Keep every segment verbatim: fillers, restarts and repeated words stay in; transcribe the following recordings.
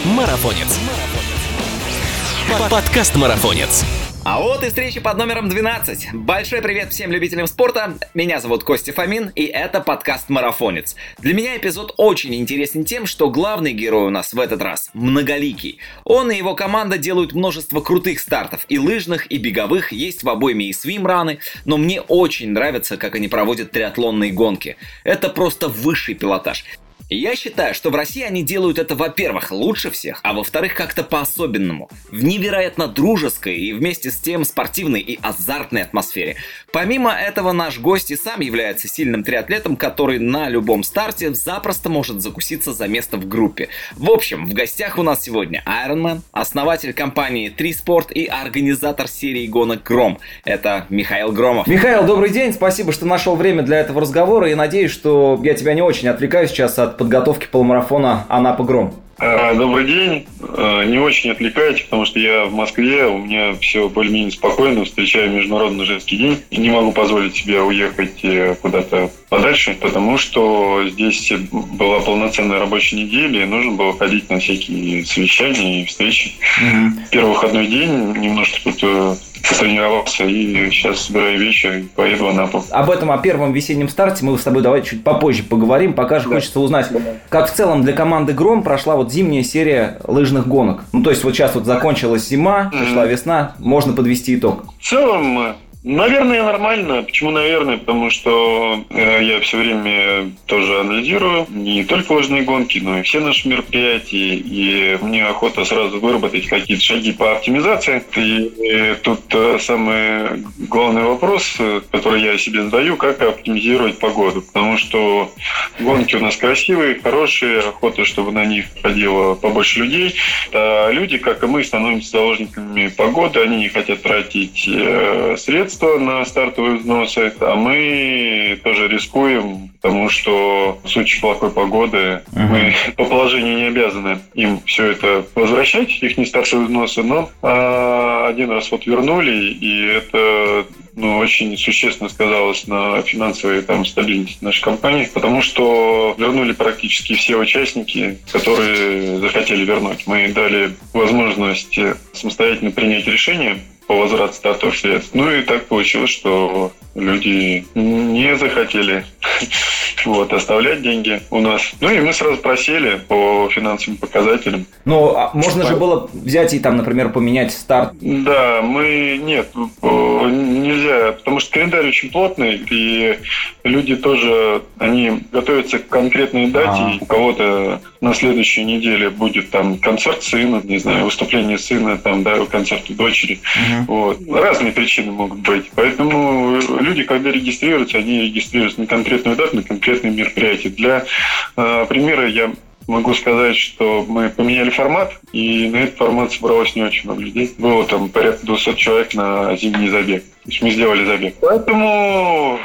Марафонец. Подкаст Марафонец. А вот и встреча под номером двенадцать. Большой привет всем любителям спорта. Меня зовут Костя Фомин, и это подкаст «Марафонец». Для меня эпизод очень интересен тем, что главный герой у нас в этот раз многоликий. Он и его команда делают множество крутых стартов, и лыжных, и беговых, есть в обойме и свимраны, но мне очень нравится, как они проводят триатлонные гонки. Это просто высший пилотаж. Я считаю, что в России они делают это, во-первых, лучше всех, а во-вторых, как-то по-особенному. В невероятно дружеской и вместе с тем спортивной и азартной атмосфере. Помимо этого, наш гость и сам является сильным триатлетом, который на любом старте запросто может закуситься за место в группе. В общем, в гостях у нас сегодня Ironman, основатель компании три спорт и организатор серии гонок Гром. Это Михаил Громов. Михаил, добрый день, спасибо, что нашел время для этого разговора, и надеюсь, что я тебя не очень отвлекаю сейчас от подготовки полумарафона Анапа-Гром. Добрый день. Не очень отвлекайте, потому что я в Москве, у меня все более-менее спокойно, встречаю Международный женский день и не могу позволить себе уехать куда-то подальше, потому что здесь была полноценная рабочая неделя, и нужно было ходить на всякие совещания и встречи. Угу. Первый выходной день немножко тут потренировался, и сейчас собираю вещи и поеду в Анапу. Об этом, о первом весеннем старте мы с тобой давай чуть попозже поговорим. Пока же да. хочется узнать, да. как в целом для команды Гром прошла вот зимняя серия лыжных гонок. Ну, то есть вот сейчас вот закончилась зима, пришла mm-hmm. весна, можно подвести итог. В целом, наверное, нормально. Почему наверное? Потому что э, я все время тоже анализирую не только лыжные гонки, но и все наши мероприятия. И мне охота сразу выработать какие-то шаги по оптимизации. И, и тут э, самый главный вопрос, который я себе задаю, как оптимизировать погоду. Потому что гонки у нас красивые, хорошие, охота, чтобы на них ходило побольше людей. А люди, как и мы, становимся заложниками погоды. Они не хотят тратить э, средства на стартовые взносы, а мы тоже рискуем, потому что в случае плохой погоды uh-huh. мы по положению не обязаны им все это возвращать, их не стартовые взносы, но а, один раз вот вернули, и это ну, очень существенно сказалось на финансовой там, стабильности нашей компании, потому что вернули практически все участники, которые захотели вернуть. Мы дали возможность самостоятельно принять решение по возврату стартовых средств. Ну и так получилось, что люди не захотели вот, оставлять деньги у нас. Ну и мы сразу просели по финансовым показателям. Ну, а можно же было взять и там, например, поменять старт? Да, мы... Нет, нельзя, потому что календарь очень плотный, и люди тоже, они готовятся к конкретной дате. А-а-а. У кого-то на следующей неделе будет там концерт сына, не знаю, выступление сына, там, да, концерт у дочери. Угу. Вот. Разные причины могут быть. Поэтому люди, когда регистрируются, они регистрируются на конкретную дату, на конкретное мероприятие. Для э, примера я могу сказать, что мы поменяли формат, и на этот формат собралось не очень много людей. Было там порядка двести человек на зимний забег. То есть мы сделали забег. Поэтому...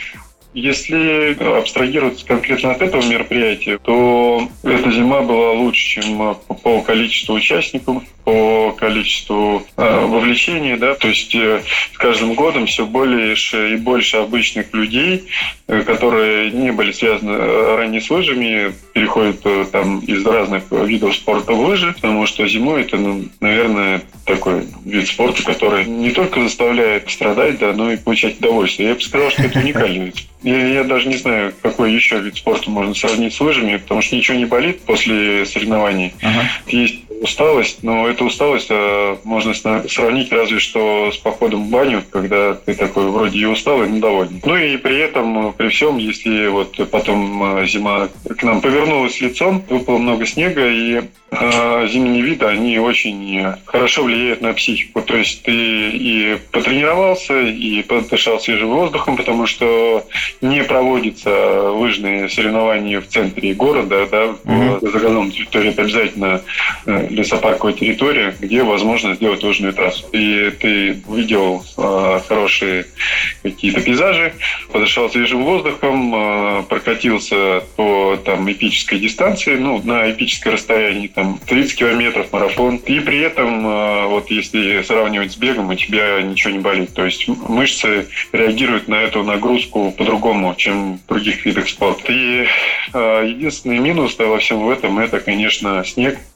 Если абстрагироваться конкретно от этого мероприятия, то эта зима была лучше, чем по количеству участников, по количеству э, вовлечения, да, то есть э, с каждым годом все больше и больше обычных людей, э, которые не были связаны ранее с лыжами, переходят э, там из разных видов спорта в лыжи, потому что зимой это, ну, наверное, такой вид спорта, который не только заставляет страдать, да, но и получать удовольствие. Я бы сказал, что это уникальный вид. Я, я даже не знаю, какой еще вид спорта можно сравнить с лыжами, потому что ничего не болит после соревнований. Ага. Есть усталость, но эту усталость а, можно сравнить разве что с походом в баню, когда ты такой вроде и усталый, но довольный. Ну и при этом, при всем, если вот потом зима к нам повернулась лицом, выпало много снега, и а, зимние виды, они очень хорошо влияют на психику. То есть ты и потренировался, и подышал свежим воздухом, потому что не проводятся лыжные соревнования в центре города, да, mm-hmm. в загородном территории. Это обязательно лесопарковая территория, где возможно сделать лыжную трассу. И ты увидел э, хорошие какие-то пейзажи, подышал свежим воздухом, э, прокатился по там эпической дистанции, ну, на эпическое расстояние, там, тридцать километров, марафон. И при этом, э, вот если сравнивать с бегом, у тебя ничего не болит. То есть мышцы реагируют на эту нагрузку по-другому, чем в других видах спорта. И э, единственный минус да, во всем в этом, это, конечно, снег.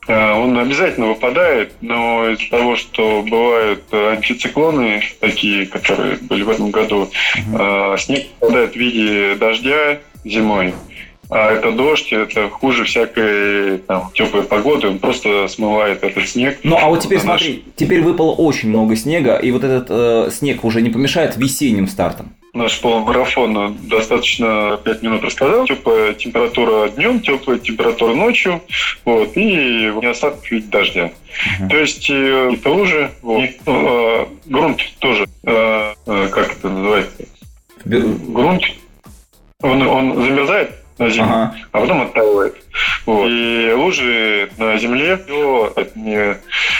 Он обязательно выпадает, но из-за того, что бывают антициклоны, такие, которые были в этом году, uh-huh. снег попадает в виде дождя зимой. А это дождь, это хуже всякой там, теплой погоды, он просто смывает этот снег. Ну, а вот теперь смотри, наш... теперь выпало очень много снега, и вот этот э, снег уже не помешает весенним стартам. Наш полумарафон достаточно пять минут рассказал. Теплая температура днем, теплая температура ночью, вот, и не осадков в виде дождя. Uh-huh. То есть это лужи, вот, ну, грунт тоже, как это называется? Грунт, он, он замерзает на зиму, ага. а потом оттаивает. Вот. И лужи на земле все не,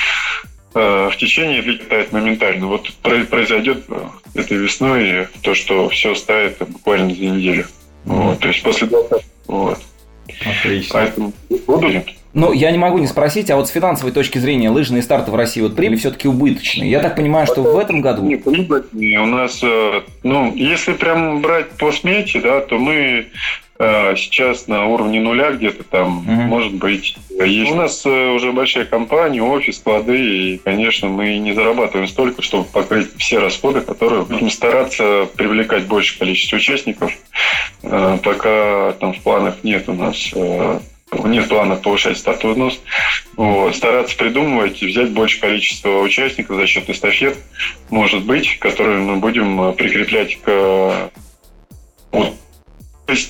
э, в течение летает моментально. Вот произойдет этой весной то, что все стает буквально за неделю. Mm. Вот. То есть после этого. Вот. Отлично. Поэтому буду. Ну, я не могу не спросить, а вот с финансовой точки зрения лыжные старты в России вот прибыль все-таки убыточные. Я так понимаю, что в этом году... Нет, прибыльные. У нас, ну, если прям брать по смете, да, то мы сейчас на уровне нуля где-то там, uh-huh. может быть. Есть. У нас уже большая компания, офис, склады, и, конечно, мы не зарабатываем столько, чтобы покрыть все расходы, которые будем стараться привлекать большее количество участников. Пока там в планах нет у нас... Нет плана повышать стартовый взнос. Вот. Стараться придумывать и взять большее количество участников за счет эстафет, может быть, которые мы будем прикреплять к... Вот. То есть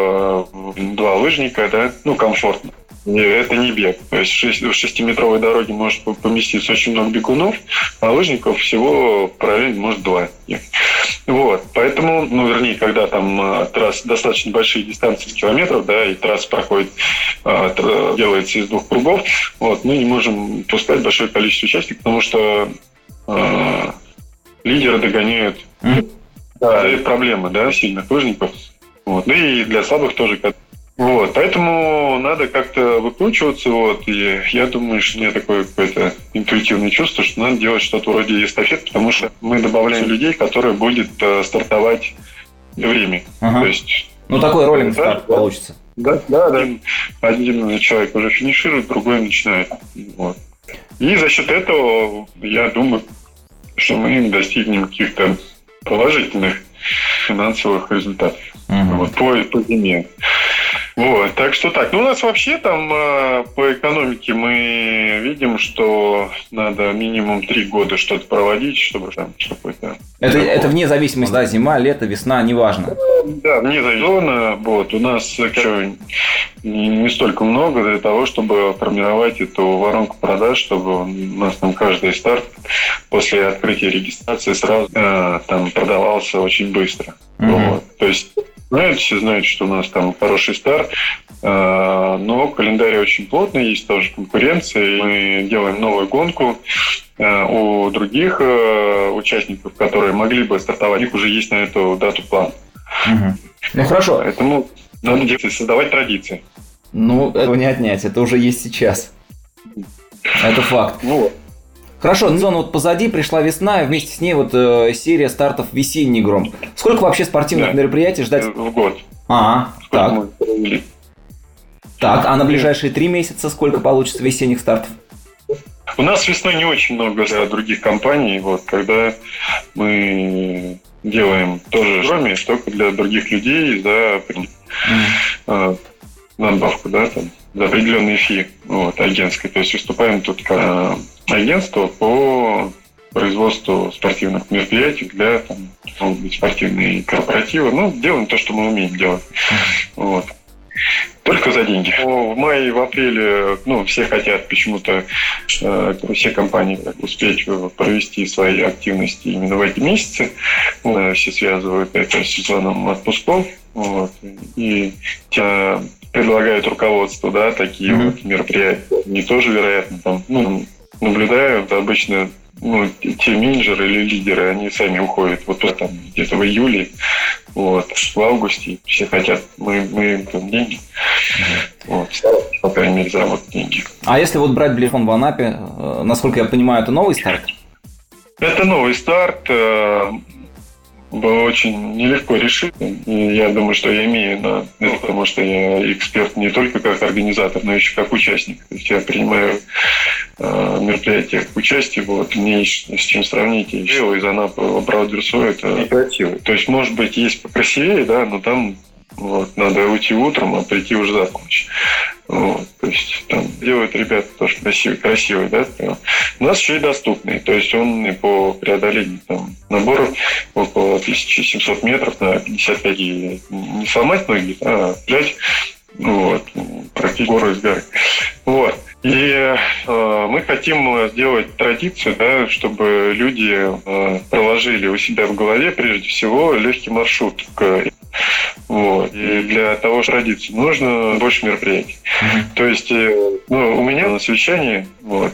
два лыжника, да, ну, комфортно. Это не бег. То есть в шестиметровой дороге может поместиться очень много бегунов, а лыжников всего параллельно может два. Вот. Поэтому, ну, вернее, когда там трасс достаточно большие дистанции километров, да, и трасса проходит, делается из двух кругов, вот, мы не можем пускать большое количество участников, потому что э, лидеры догоняют. Mm-hmm. Да, это проблема, да, сильных лыжников. Вот. Да и для слабых тоже. Вот. Поэтому надо как-то выкручиваться. Вот. И я думаю, что у меня такое какое-то интуитивное чувство, что надо делать что-то вроде эстафет, потому что мы добавляем людей, которые будут стартовать время. Ага. То есть, ну, такой роллинг старт да, получится. Да, да, да. Один, один человек уже финиширует, другой начинает. Вот. И за счет этого, я думаю, что мы достигнем каких-то положительных финансовых результатов. Uh-huh. Вот, по, по зиме. Вот, так что так. Ну, у нас вообще там э, по экономике мы видим, что надо минимум три года что-то проводить, чтобы там какой-то... Это, это вне зависимости, да, зима, лето, весна, неважно. Да, вне зависимости. Вот, у нас не, не столько много для того, чтобы формировать эту воронку продаж, чтобы у нас там каждый старт после открытия регистрации сразу э, там продавался очень быстро. Uh-huh. Вот. То есть знают, все знают, что у нас там хороший старт, но календарь очень плотный, есть тоже конкуренция. Мы делаем новую гонку. У других участников, которые могли бы стартовать, у них уже есть на эту дату план. Угу. Ну хорошо. Поэтому надо делать, создавать традиции. Ну, этого не отнять, это уже есть сейчас. Это факт. Ну, Хорошо, сезон вот позади, пришла весна, и вместе с ней вот э, серия стартов «Весенний гром». Сколько вообще спортивных да. мероприятий ждать? В год. А, так. Так, а на ближайшие три месяца сколько получится весенних стартов? У нас весной не очень много для других компаний. Вот, когда мы делаем тоже громе, только для других людей за mm. надбавку, да, там, за определенные фи, вот, агентской. То есть выступаем тут как агентство по производству спортивных мероприятий для там, могут быть спортивные корпоративы. Ну, делаем то, что мы умеем делать. Вот. Только за деньги. В мае и в апреле, ну, все хотят почему-то, э, все компании успеть провести свои активности именно в эти месяцы. Э, все связывают это с сезоном отпусков. Вот. И те предлагают руководству, да, такие mm-hmm. вот мероприятия. Они тоже, вероятно, там, ну, наблюдают обычно, ну, те менеджеры или лидеры, они сами уходят вот там где-то в июле, вот, в августе. Все хотят, мы, мы им там деньги. Mm-hmm. Вот, по крайней мере, заработать деньги. А если вот брать Блефон в Анапе, насколько я понимаю, это новый старт? Это новый старт. было очень нелегко решить. И я думаю, что я имею на это, потому что я эксперт не только как организатор, но еще как участник. То есть я принимаю э, мероприятия к участию, вот, мне есть с чем сравнить. И из Анапы в Абрау-Дюрсо это некрасиво. То есть, может быть, есть покрасивее, да, но там вот, надо уйти утром, а прийти уже за полночь. Вот, то есть там делают ребята тоже красивые, красивые, да. У нас еще и доступный, то есть он и по преодолению там наборов около тысяча семьсот метров на пятьдесят пять не сломать ноги, а взять, вот, практически гору из горы. Вот. И э, мы хотим сделать традицию, да, чтобы люди э, проложили у себя в голове прежде всего легкий маршрут к вот. И для того, чтобы традицию, нужно больше мероприятий. Mm-hmm. То есть, ну, у меня на совещании, вот,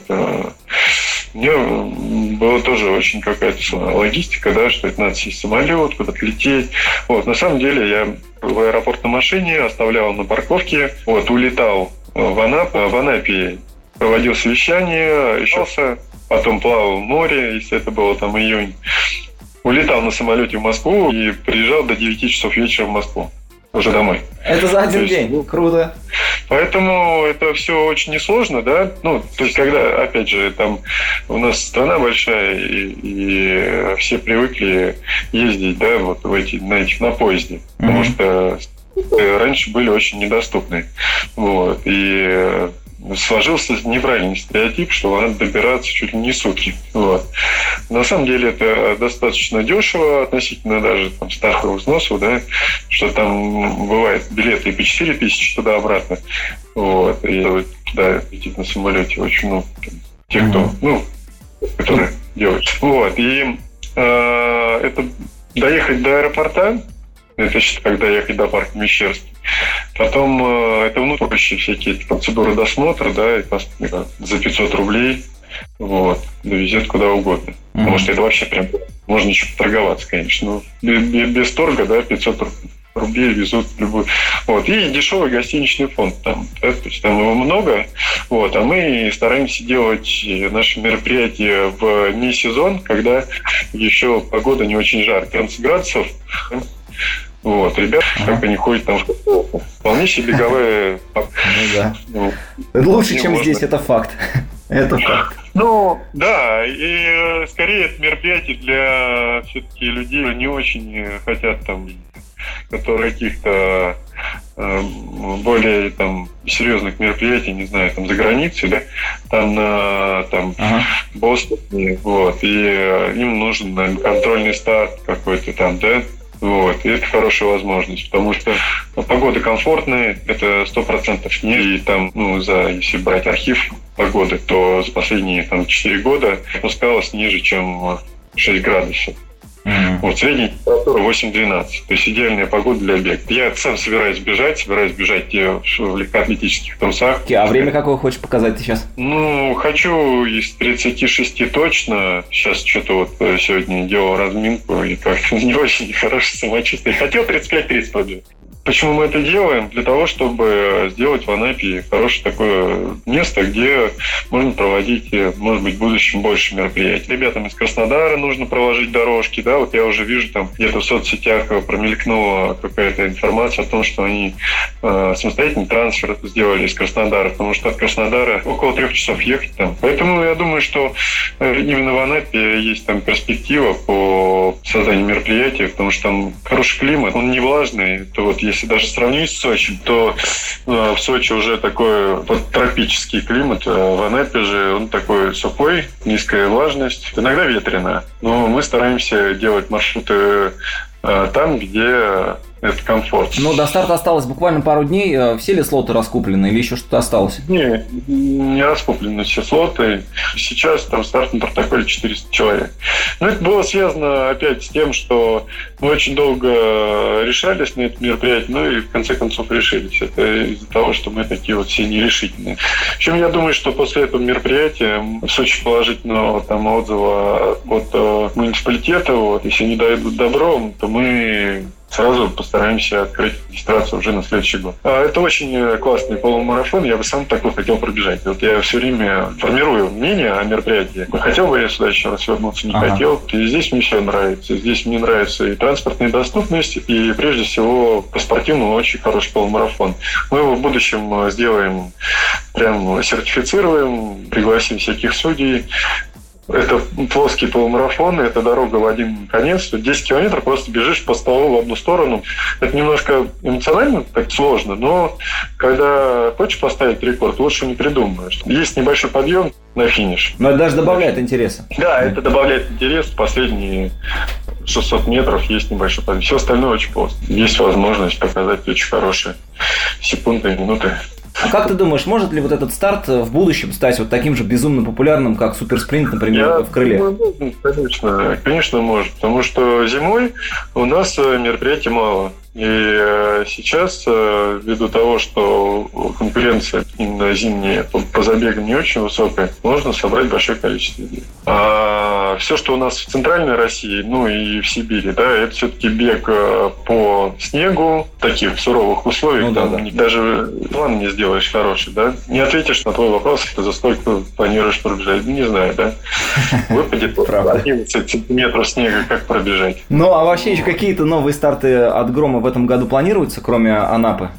у меня была тоже очень какая-то логистика, да, что это надо сесть в самолет, куда-то лететь. Вот. На самом деле я в аэропорт на машине, оставлял на парковке, вот, улетал в Анапу, в Анапе проводил совещание, еще потом плавал в море, если это было там июнь. Улетал на самолете в Москву и приезжал до девяти часов вечера в Москву. Уже домой. Это за один есть, день. Круто. Поэтому это все очень несложно, да. Ну, то есть, когда, опять же, там у нас страна большая, и, и все привыкли ездить, да, вот в эти, на этих, на поезде. Mm-hmm. Потому что раньше были очень недоступны. Вот. И сложился неправильный стереотип, что надо добираться чуть ли не сутки. Вот. На самом деле это достаточно дешево относительно даже там, стартового взноса, да, что там бывает билеты и по четыре тысячи туда-обратно. Вот. И туда летит на самолете очень много тех, кто, ну, которые делают. Вот. И э, это доехать до аэропорта, это когда ехать до парка Мещерский. Потом э, это внутренние всякие процедуры досмотра, да, и за пятьсот рублей вот, довезет куда угодно. Mm-hmm. Потому что это вообще прям можно еще торговаться, конечно. Но без, без торга, да, пятьсот рублей везут в любую. Вот. И дешевый гостиничный фонд там, да, то есть там его много. Вот. А мы стараемся делать наши мероприятия в не сезон, когда еще погода не очень жаркая. тридцать градусов. Вот, ребята, ага. как они ходят там вполне себе беговые. Ну да. Ну, лучше, чем можно. Здесь, это факт. Это факт. Ну, да, и скорее это мероприятие для все-таки людей, которые не очень хотят там, которые каких-то э, более там серьезных мероприятий, не знаю, там за границей, да, там на там ага. Бостоне, вот, и им нужен наверное, контрольный старт какой-то там, да. Вот, и это хорошая возможность, потому что ну, погода комфортная, это сто процентов не. И там, ну, за, если брать архив погоды, то за последние там, четыре года опускалось ниже, чем шесть градусов. Mm-hmm. Вот, средняя температура восемь-двенадцать, то есть идеальная погода для бега. Я сам собираюсь бежать, собираюсь бежать в легкоатлетических трусах. А время какое хочешь показать ты сейчас? Ну, хочу из тридцати шести точно. Сейчас что-то вот сегодня делал разминку и как-то не очень хорошее самочувствие. Хотел тридцать пять тридцать побежать. Почему мы это делаем? Для того, чтобы сделать в Анапе хорошее такое место, где можно проводить, может быть, в будущем больше мероприятий. Ребятам из Краснодара нужно проложить дорожки, да, вот я уже вижу там где-то в соцсетях промелькнула какая-то информация о том, что они э, самостоятельный трансфер сделали из Краснодара, потому что от Краснодара около трех часов ехать там. Поэтому я думаю, что именно в Анапе есть там перспектива по созданию мероприятия, потому что там хороший климат, он не влажный, то вот если даже сравнить с Сочи, то э, в Сочи уже такой вот, тропический климат, а в Анапе же он такой сухой, низкая влажность, иногда ветреная. Но мы стараемся делать маршруты э, там, где это комфорт. Ну, до старта осталось буквально пару дней. Все ли слоты раскуплены или еще что-то осталось? Не, не раскуплены все слоты. Сейчас там в стартовом протоколе четыреста человек. Но это было связано опять с тем, что мы очень долго решались на это мероприятие, ну и в конце концов решились. Это из-за того, что мы такие вот все нерешительные. В общем, я думаю, что после этого мероприятия в Сочи положительного там отзыва от муниципалитета, вот, если они дают добро, то мы сразу постараемся открыть регистрацию уже на следующий год. Это очень классный полумарафон, я бы сам такой хотел пробежать. Вот я все время формирую мнение о мероприятии. Хотел бы я сюда еще раз вернуться, не ага. хотел. И здесь мне все нравится. Здесь мне нравится и транспортная доступность, и прежде всего по спортивному очень хороший полумарафон. Мы его в будущем сделаем, прям сертифицируем, пригласим всяких судей. Это плоский полумарафон, это дорога в один конец. десять километров просто бежишь по столу в одну сторону. Это немножко эмоционально так сложно, но когда хочешь поставить рекорд, лучше не придумаешь. Есть небольшой подъем на финиш. Но это даже добавляет интереса. Да, это добавляет интерес. Последние шестьсот метров есть небольшой подъем. Все остальное очень просто. Есть возможность показать очень хорошие секунды и минуты. А как ты думаешь, может ли вот этот старт в будущем стать вот таким же безумно популярным, как суперспринт, например, Я в крыле? Думаю, конечно, конечно может, потому что зимой у нас мероприятий мало. И сейчас, ввиду того, что конкуренция именно зимняя по забегам не очень высокая, можно собрать большое количество людей. А все, что у нас в центральной России, ну и в Сибири, да, это все-таки бег по снегу, в таких суровых условиях, ну, там, да, да. даже план не сделаешь хороший, да. Не ответишь на твой вопрос, ты за сколько планируешь пробежать, не знаю, да. Выпадет одиннадцать сантиметров снега, как пробежать. Ну, а вообще еще какие-то новые старты от Грома в этом году планируется, кроме Анапы?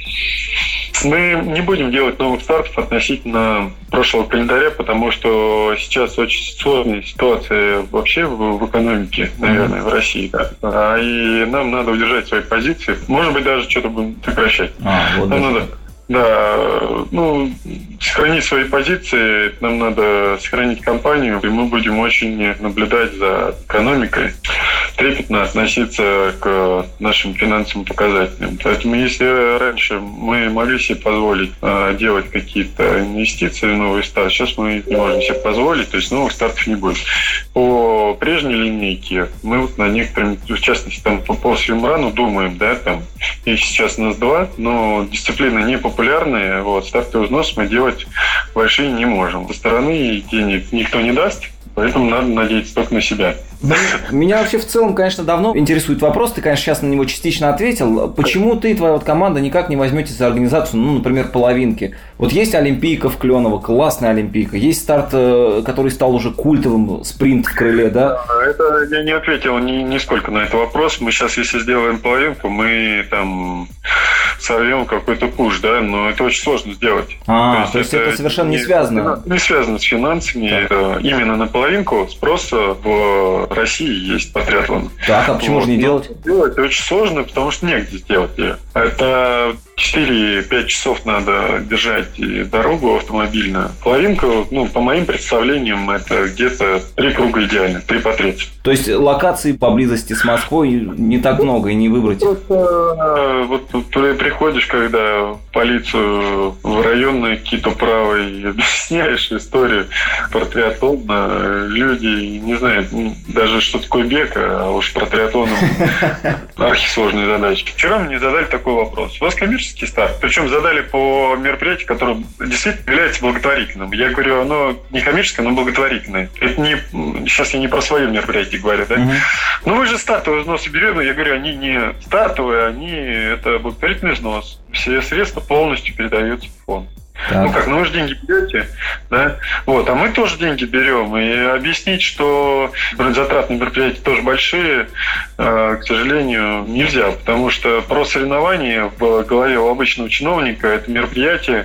Мы не будем делать новых стартов относительно прошлого календаря, потому что сейчас очень сложная ситуация вообще в, в экономике, наверное, mm-hmm. в России. Да. И нам надо удержать свои позиции. Может быть, даже что-то будем сокращать. А, вот нам надо... Да, ну, сохранить свои позиции, нам надо сохранить компанию, и мы будем очень наблюдать за экономикой, трепетно относиться к нашим финансовым показателям. Поэтому если раньше мы могли себе позволить э, делать какие-то инвестиции в новый старт, сейчас мы не можем себе позволить, то есть новых стартов не будет. По прежней линейке мы вот на некоторых, в частности, там по, по свимрану думаем, да, там их сейчас у нас два, но дисциплина не популярная, вот, стартовый взнос мы делать большие не можем. Со стороны денег никто не даст, поэтому надо надеяться только на себя. Меня вообще в целом, конечно, давно интересует вопрос, ты, конечно, сейчас на него частично ответил. Почему ты и твоя вот команда никак не возьметесь за организацию, ну, например, половинки? Вот есть Олимпийка в Кленово, классная Олимпийка, есть старт, который стал уже культовым, спринт в крыле, да? Это я не ответил ни, нисколько на этот вопрос. Мы сейчас, если сделаем половинку, мы там сорвем какой-то пуш, да, но это очень сложно сделать. А, то есть, то есть это, это совершенно не, не связано? Не связано с финансами. Да. Это именно на половинку спрос в России есть по триатлону. Так, а почему вот. же не делать? Делать очень сложно, потому что негде сделать ее. Это четыре-пять часов надо держать дорогу автомобильную. Половинка, ну, по моим представлениям, это где-то три круга идеально, три по тридцать. То есть локаций поблизости с Москвой не так много и не выбрать? Просто, вот ты приходишь, когда в полицию в районные какие-то управы и объясняешь историю про триатлон, люди не знают даже, что такое бег, а уж про триатлон архисложные задачи. Вчера мне задали такой вопрос. У вас коммерческий старт? Причем задали по мероприятию, которое действительно является благотворительным. Я говорю, оно не коммерческое, но благотворительное. Это не... Сейчас я не про свое мероприятие говорю, да? Uh-huh. Ну, вы же стартовые взносы берем. Я говорю, они не стартовые, они... Это благотворительный взнос. Все средства полностью передаются в фонд. Так. Ну как, ну вы же деньги берете, да? Вот, а мы тоже деньги берем. И объяснить, что затратные мероприятия тоже большие, к сожалению, нельзя. Потому что про соревнования в голове у обычного чиновника это мероприятие,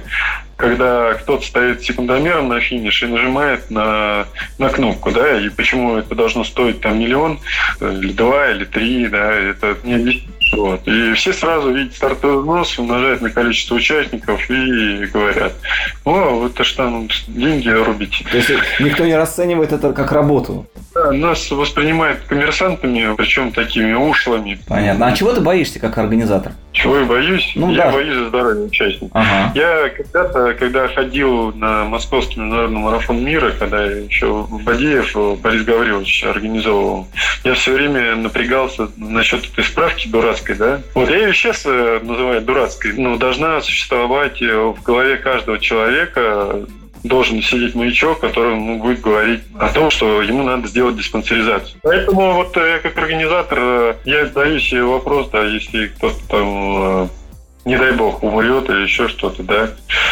когда кто-то стоит секундомером на финише и нажимает на, на кнопку, да, и почему это должно стоить там миллион, или два, или три, да, это не объяснить. Вот. И все сразу видят стартовый взнос, умножают на количество участников и говорят: о, вы то что там деньги рубите. То есть никто не расценивает это как работу? Да, нас воспринимают коммерсантами, причем такими ушлыми. Понятно. А чего ты боишься как организатор? Чего я боюсь? Ну, я да. боюсь за здоровье участников. Ага. Я когда-то, когда ходил на Московский международный марафон мира, когда еще Бадеев Борис Гаврилович организовывал, я все время напрягался насчет этой справки дурацкой, да? Вот я ее сейчас называю дурацкой, но должна существовать в голове каждого человека должен сидеть маячок, который ну, будет говорить о том, что ему надо сделать диспансеризацию. Поэтому вот я как организатор, я задаю себе вопрос, да, если кто-то там, не дай бог, умрет или еще что-то, да,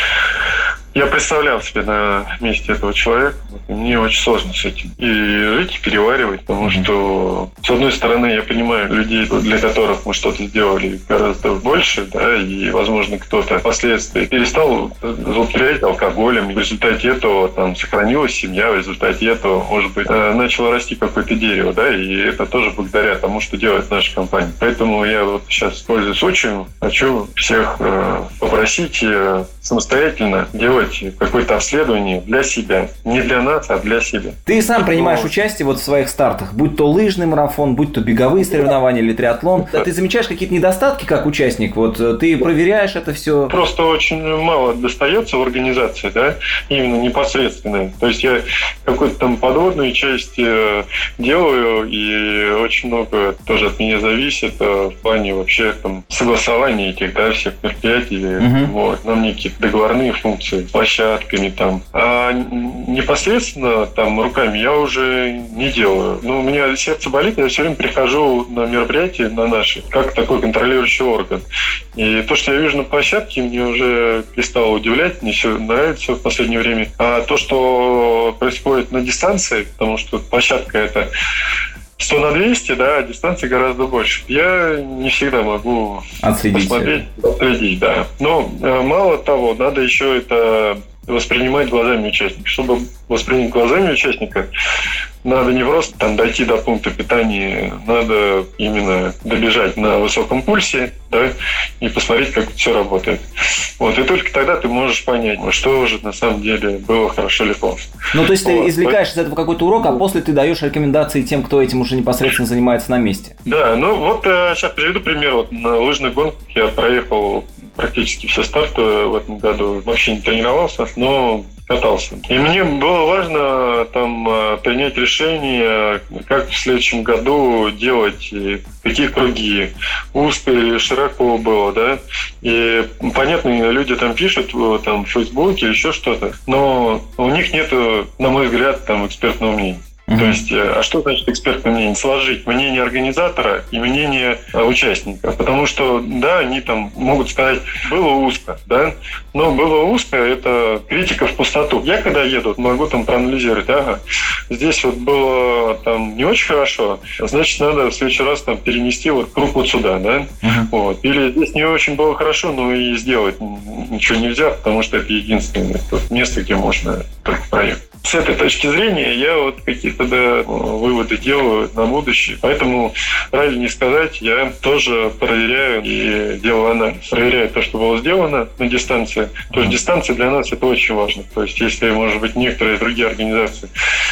я представлял себе на месте этого человека. Мне очень сложно с этим. И жить, и переваривать, потому mm-hmm. что, с одной стороны, я понимаю людей, для которых мы что-то сделали гораздо больше, да, и, возможно, кто-то впоследствии перестал злоупотреблять алкоголем, и в результате этого там сохранилась семья, в результате этого, может быть, начало расти какое-то дерево, да, и это тоже благодаря тому, что делает наша компания. Поэтому я вот сейчас, пользуясь случаем, хочу всех э, попросить э, самостоятельно делать какое-то обследование для себя. Не для нас, а для себя. Ты сам принимаешь Но... участие вот в своих стартах, будь то лыжный марафон, будь то беговые соревнования или триатлон. Да. Ты замечаешь какие-то недостатки как участник? Вот ты проверяешь это все? Просто очень мало достается в организации, да, именно непосредственно. То есть я какую-то там подводную часть делаю, и очень много тоже от меня зависит в плане вообще там согласования этих, да, всех мероприятий. Угу. Вот. Нам некие договорные функции площадками там. А непосредственно там руками я уже не делаю. Ну, у меня сердце болит, я все время прихожу на мероприятия, на наши, как такой контролирующий орган. И то, что я вижу на площадке, мне уже перестало удивлять, мне все нравится в последнее время. А то, что происходит на дистанции, потому что площадка это сто на двести, да, а дистанции гораздо больше. Я не всегда могу отследить. посмотреть, отследить, да. Но мало того, надо еще это воспринимать глазами участника. Чтобы воспринять глазами участника, надо не просто там дойти до пункта питания, надо именно добежать на высоком пульсе, да, и посмотреть, как все работает. Вот, и только тогда ты можешь понять, что уже на самом деле было хорошо или плохо. Ну, то есть вот. Ты извлекаешь из этого какой-то урок, а после ты даешь рекомендации тем, кто этим уже непосредственно занимается на месте. Да, ну вот сейчас приведу пример. Вот на лыжных гонках я проехал практически все старты в этом году. Вообще не тренировался, но катался. И мне было важно там принять решение, как в следующем году делать, какие круги, узко или широко было, да. И понятно, люди там пишут там, в Фейсбуке или еще что-то, но у них нету, на мой взгляд, там экспертного мнения. Mm-hmm. То есть, а что значит экспертное мнение? Сложить мнение организатора и мнение участника. Потому что, да, они там могут сказать, было узко, да, но было узко, это критика в пустоту. Я когда еду, могу там проанализировать, ага, здесь вот было там не очень хорошо, значит, надо в следующий раз там перенести вот круг вот сюда, да, mm-hmm. вот. Или здесь не очень было хорошо, но и сделать ничего нельзя, потому что это единственное место, где можно только проехать. С этой точки зрения я вот какие-то да, выводы делаю на будущее. Поэтому, правильно не сказать, я тоже проверяю и делаю анализ. Проверяю то, что было сделано на дистанции. Потому что дистанция для нас это очень важно. То есть, если, может быть, некоторые другие организации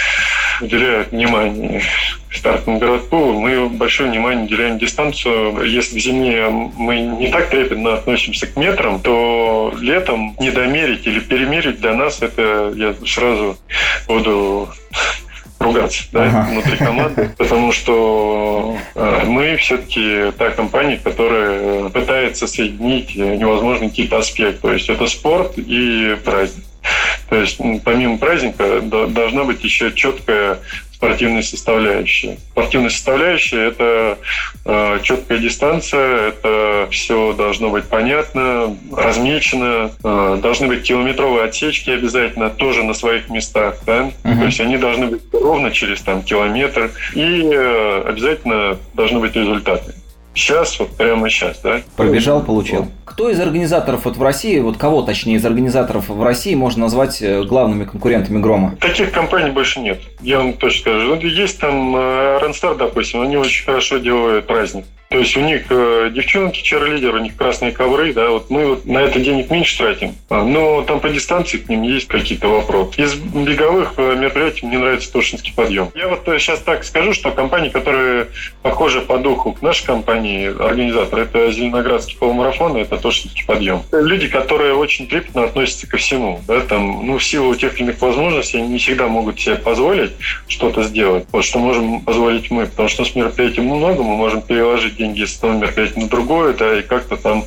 уделяют внимание стартовому городку, мы большое внимание уделяем дистанцию. Если в зиме мы не так трепетно относимся к метрам, то летом недомерить или перемерить для нас это я сразу буду ругаться, да, ага. внутри команды, потому что э, мы все-таки та компания, которая пытается соединить невозможные какие-то аспекты. То есть это спорт и праздник. То есть помимо праздника должна быть еще четкая спортивная составляющая. Спортивная составляющая – это э, четкая дистанция, это все должно быть понятно, размечено, э, должны быть километровые отсечки обязательно, тоже на своих местах, да? Uh-huh. То есть они должны быть ровно через там, километр, и э, обязательно должны быть результаты. Сейчас, вот прямо сейчас, да? Пробежал, получил. Кто из организаторов вот в России, вот кого, точнее, из организаторов в России можно назвать главными конкурентами Грома? Таких компаний больше нет, я вам точно скажу. Есть там Рансtar, допустим, они очень хорошо делают праздник. То есть у них э, девчонки, черлидеры, у них красные ковры, да, вот мы вот на это денег меньше тратим, но там по дистанции к ним есть какие-то вопросы. Из беговых мероприятий мне нравится Тушинский подъем. Я вот сейчас так скажу, что компании, которые похожи по духу к нашей компании, организатор, это Зеленоградский полумарафон, это Тушинский подъем. Люди, которые очень трепетно относятся ко всему, да, там, ну, в силу тех или иных возможностей, они не всегда могут себе позволить что-то сделать, вот, что можем позволить мы, потому что с мероприятием много, мы можем переложить деньги с одного мероприятия на другое, да, и как-то там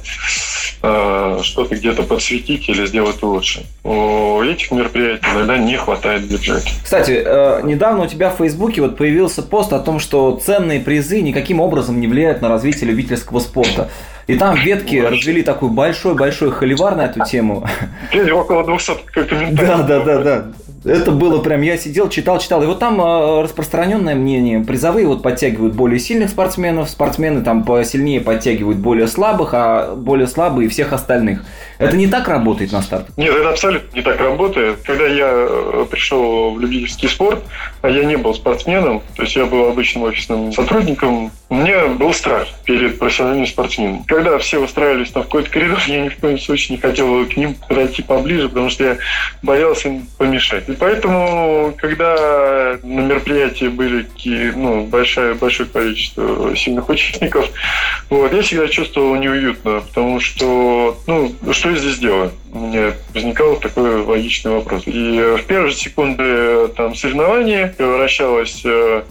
э, что-то где-то подсветить или сделать лучше. У этих мероприятий иногда не хватает бюджета. Кстати, э, недавно у тебя в Фейсбуке вот появился пост о том, что ценные призы никаким образом не влияют на развитие любительского спорта. И там ветки развели такой большой-большой холивар на эту тему. Около двухсот комментариев. Да, да, да, да. Это было прям, я сидел, читал, читал. И вот там э, распространенное мнение. Призовые вот подтягивают более сильных спортсменов, спортсмены там посильнее подтягивают более слабых, а более слабые всех остальных. Это не так работает на старте? Нет, это абсолютно не так работает. Когда я пришел в любительский спорт, а я не был спортсменом, то есть я был обычным офисным сотрудником, у меня был страх перед профессиональным спортсменом. Когда все устраивались там в какой-то коридор, я ни в коем случае не хотел к ним подойти поближе, потому что я боялся им помешать. И поэтому, когда на мероприятии были ну, большое, большое количество сильных участников, вот, я всегда чувствовал неуютно, потому что, ну, что я здесь делаю? У меня возникал такой логичный вопрос. И в первые же секунды там соревнования превращалось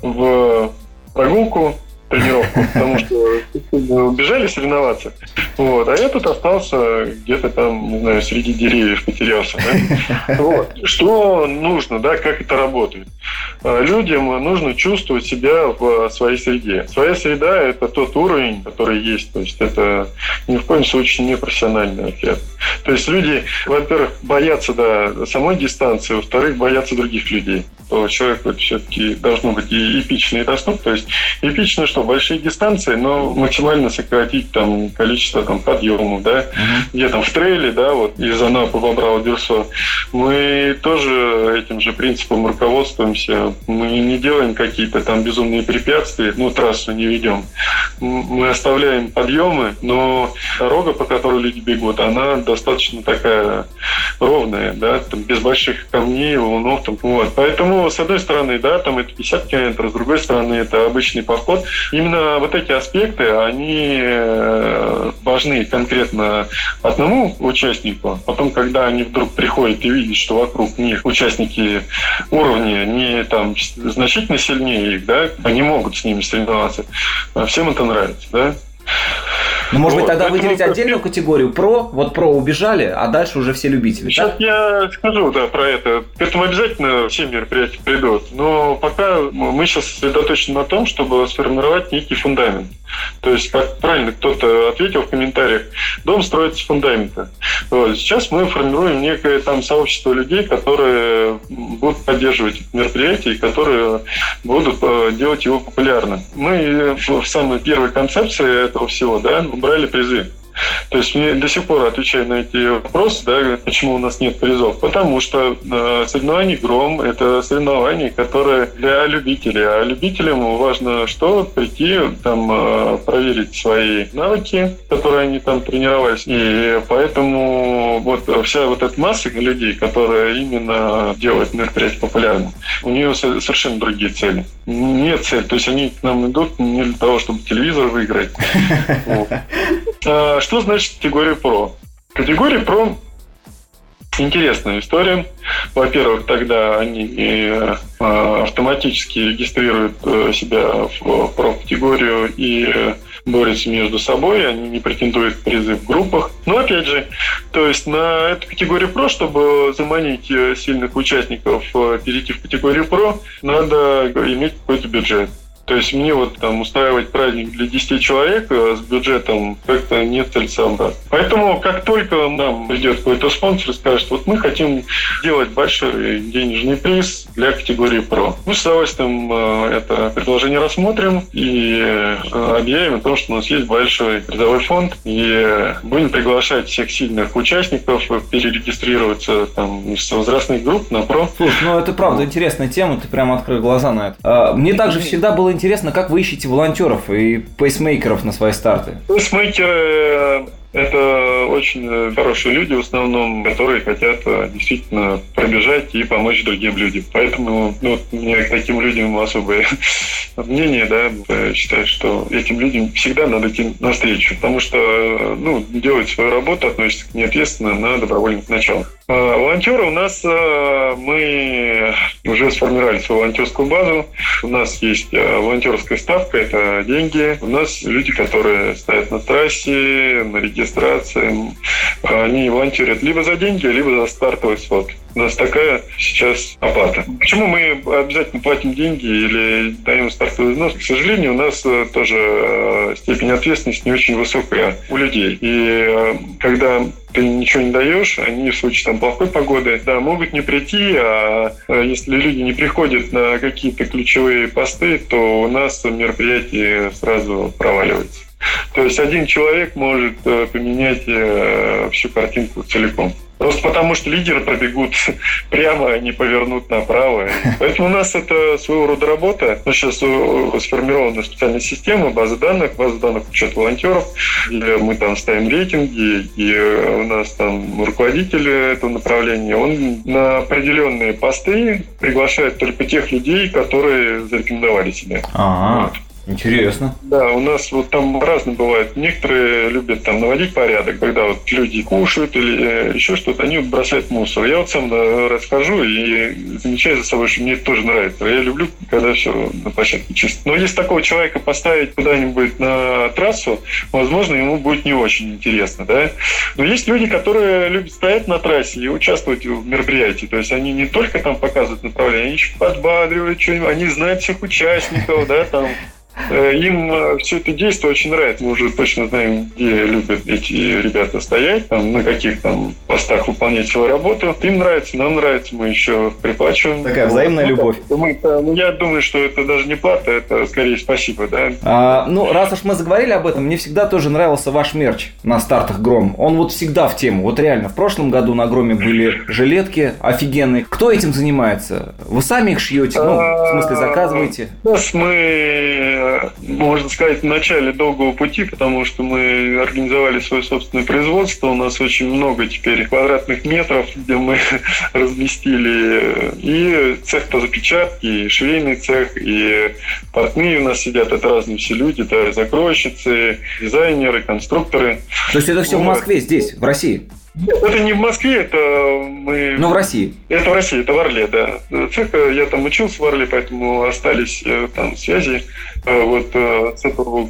в прогулку, тренировку, потому что убежали соревноваться. Вот. А я тут остался где-то там, не знаю, среди деревьев потерялся. Да? Вот. Что нужно, да, как это работает? Людям нужно чувствовать себя в своей среде. Своя среда – это тот уровень, который есть. То есть это ни в коем случае не профессиональный отряд. То есть люди, во-первых, боятся да, самой дистанции, во-вторых, боятся других людей. То человеку все-таки должно быть и эпично, и доступно. То есть эпично, что большие дистанции, но максимально сократить там количество там подъемов, да, uh-huh. где там в трейле, да, вот из Анапы в Абрау-Дюрсо, мы тоже этим же принципом руководствуемся. Мы не делаем какие-то там безумные препятствия, ну, трассу не ведем. Мы оставляем подъемы, но дорога, по которой люди бегут, она достаточно такая ровная, да, там, без больших камней, валунов, там, вот. Поэтому, с одной стороны, да, там это пятьдесят километров, с другой стороны, это обычный поход. Именно вот эти аспекты, они важны конкретно одному участнику. Потом, когда они вдруг приходят и видят, что вокруг них участники уровня не там значительно сильнее их, да, они могут с ними соревноваться. Всем это нравится, да. Ну, может вот, быть, тогда поэтому... выделить отдельную категорию про, вот про убежали, а дальше уже все любители. Сейчас так? я скажу, да, про это. К этому обязательно все мероприятия придут. Но пока мы сейчас сосредоточены на том, чтобы сформировать некий фундамент. То есть, как правильно кто-то ответил в комментариях, дом строится с фундамента. Вот. Сейчас мы формируем некое там сообщество людей, которые будут поддерживать это мероприятие и которые будут делать его популярным. Мы в самой первой концепции этого всего, да, брали призы. То есть мне до сих пор отвечаю на эти вопросы, да, почему у нас нет призов. Потому что э, соревнование «Гром» — это соревнование, которое для любителей. А любителям важно что? Прийти, там, э, проверить свои навыки, которые они там тренировались. И поэтому вот вся вот эта масса людей, которая именно делает мероприятие популярным, у нее совершенно другие цели. Нет цели. То есть они к нам идут не для того, чтобы телевизор выиграть. Что значит категория «Про»? Категория «Про» – интересная история. Во-первых, тогда они автоматически регистрируют себя в «Про»-категорию и борются между собой, они не претендуют в призы в группах. Но опять же, то есть на эту категорию «Про», чтобы заманить сильных участников перейти в категорию «Про», надо иметь какой-то бюджет. То есть мне вот там устраивать праздник для десяти человек с бюджетом как-то нет целесообразно. Поэтому как только нам придет какой-то спонсор и скажет, вот мы хотим сделать большой денежный приз для категории «Про», мы с удовольствием это предложение рассмотрим и объявим о том, что у нас есть большой призовой фонд, и будем приглашать всех сильных участников перерегистрироваться там из возрастных групп на «Про». Слушай, ну это правда интересная тема, ты прямо открыл глаза на это. Мне также всегда было интересно, как вы ищете волонтеров и пейсмейкеров на свои старты. Пейсмейкеры – это очень хорошие люди, в основном, которые хотят действительно пробежать и помочь другим людям. Поэтому ну, у меня к таким людям особое мнение, да, я считаю, что этим людям всегда надо идти навстречу, потому что ну, делать свою работу относится к ней ответственно на добровольных началах. Волонтеры у нас, мы уже сформировали свою волонтерскую базу. У нас есть волонтерская ставка, это деньги. У нас люди, которые стоят на трассе, на регистрации. Они волонтерят либо за деньги, либо за стартовый свод. У нас такая сейчас оплата. Почему мы обязательно платим деньги или даем стартовый взнос? К сожалению, у нас тоже степень ответственности не очень высокая у людей. И когда ты ничего не даешь, они в случае там плохой погоды, да, могут не прийти, а если люди не приходят на какие-то ключевые посты, то у нас мероприятие сразу проваливается. То есть один человек может поменять всю картинку целиком. Просто потому, что лидеры пробегут прямо, они повернут направо. Поэтому у нас это своего рода работа. Но сейчас сформирована специальная система, база данных, база данных учет волонтеров. И мы там ставим рейтинги, и у нас там руководитель этого направления. Он на определенные посты приглашает только тех людей, которые зарекомендовали себя. А-а-а. Интересно. Да, у нас вот там разные бывают. Некоторые любят там наводить порядок, когда вот люди кушают или еще что-то, они бросают мусор. Я вот сам расхожу и замечаю за собой, что мне это тоже нравится. Я люблю, когда все на площадке чисто. Но если такого человека поставить куда-нибудь на трассу, возможно, ему будет не очень интересно, да. Но есть люди, которые любят стоять на трассе и участвовать в мероприятии. То есть они не только там показывают направление, они еще подбадривают что-нибудь, они знают всех участников, да, там. Им все это действие очень нравится. Мы уже точно знаем, где любят эти ребята стоять, там, на каких там постах выполнять свою работу. Им нравится, нам нравится, мы еще приплачиваем. Такая взаимная ну, любовь. Мы, ну, я думаю, что это даже не плата, это скорее спасибо, да. А, ну, раз уж мы заговорили об этом, мне всегда тоже нравился ваш мерч на стартах Гром. Он вот всегда в тему. Вот реально, в прошлом году на Громе были жилетки офигенные. Кто этим занимается? Вы сами их шьете? Ну, в смысле, заказываете? У нас мы... можно сказать, в начале долгого пути, потому что мы организовали свое собственное производство. У нас очень много теперь квадратных метров, где мы разместили и цех по запечатке, и швейный цех, и портные у нас сидят. Это разные все люди, да, закройщицы, дизайнеры, конструкторы. То есть это все вот. В Москве, здесь, в России? Это не в Москве, это мы... Но в России. Это в России, это в Орле, да. Цех, я там учился в Орле, поэтому остались там связи. Вот с этого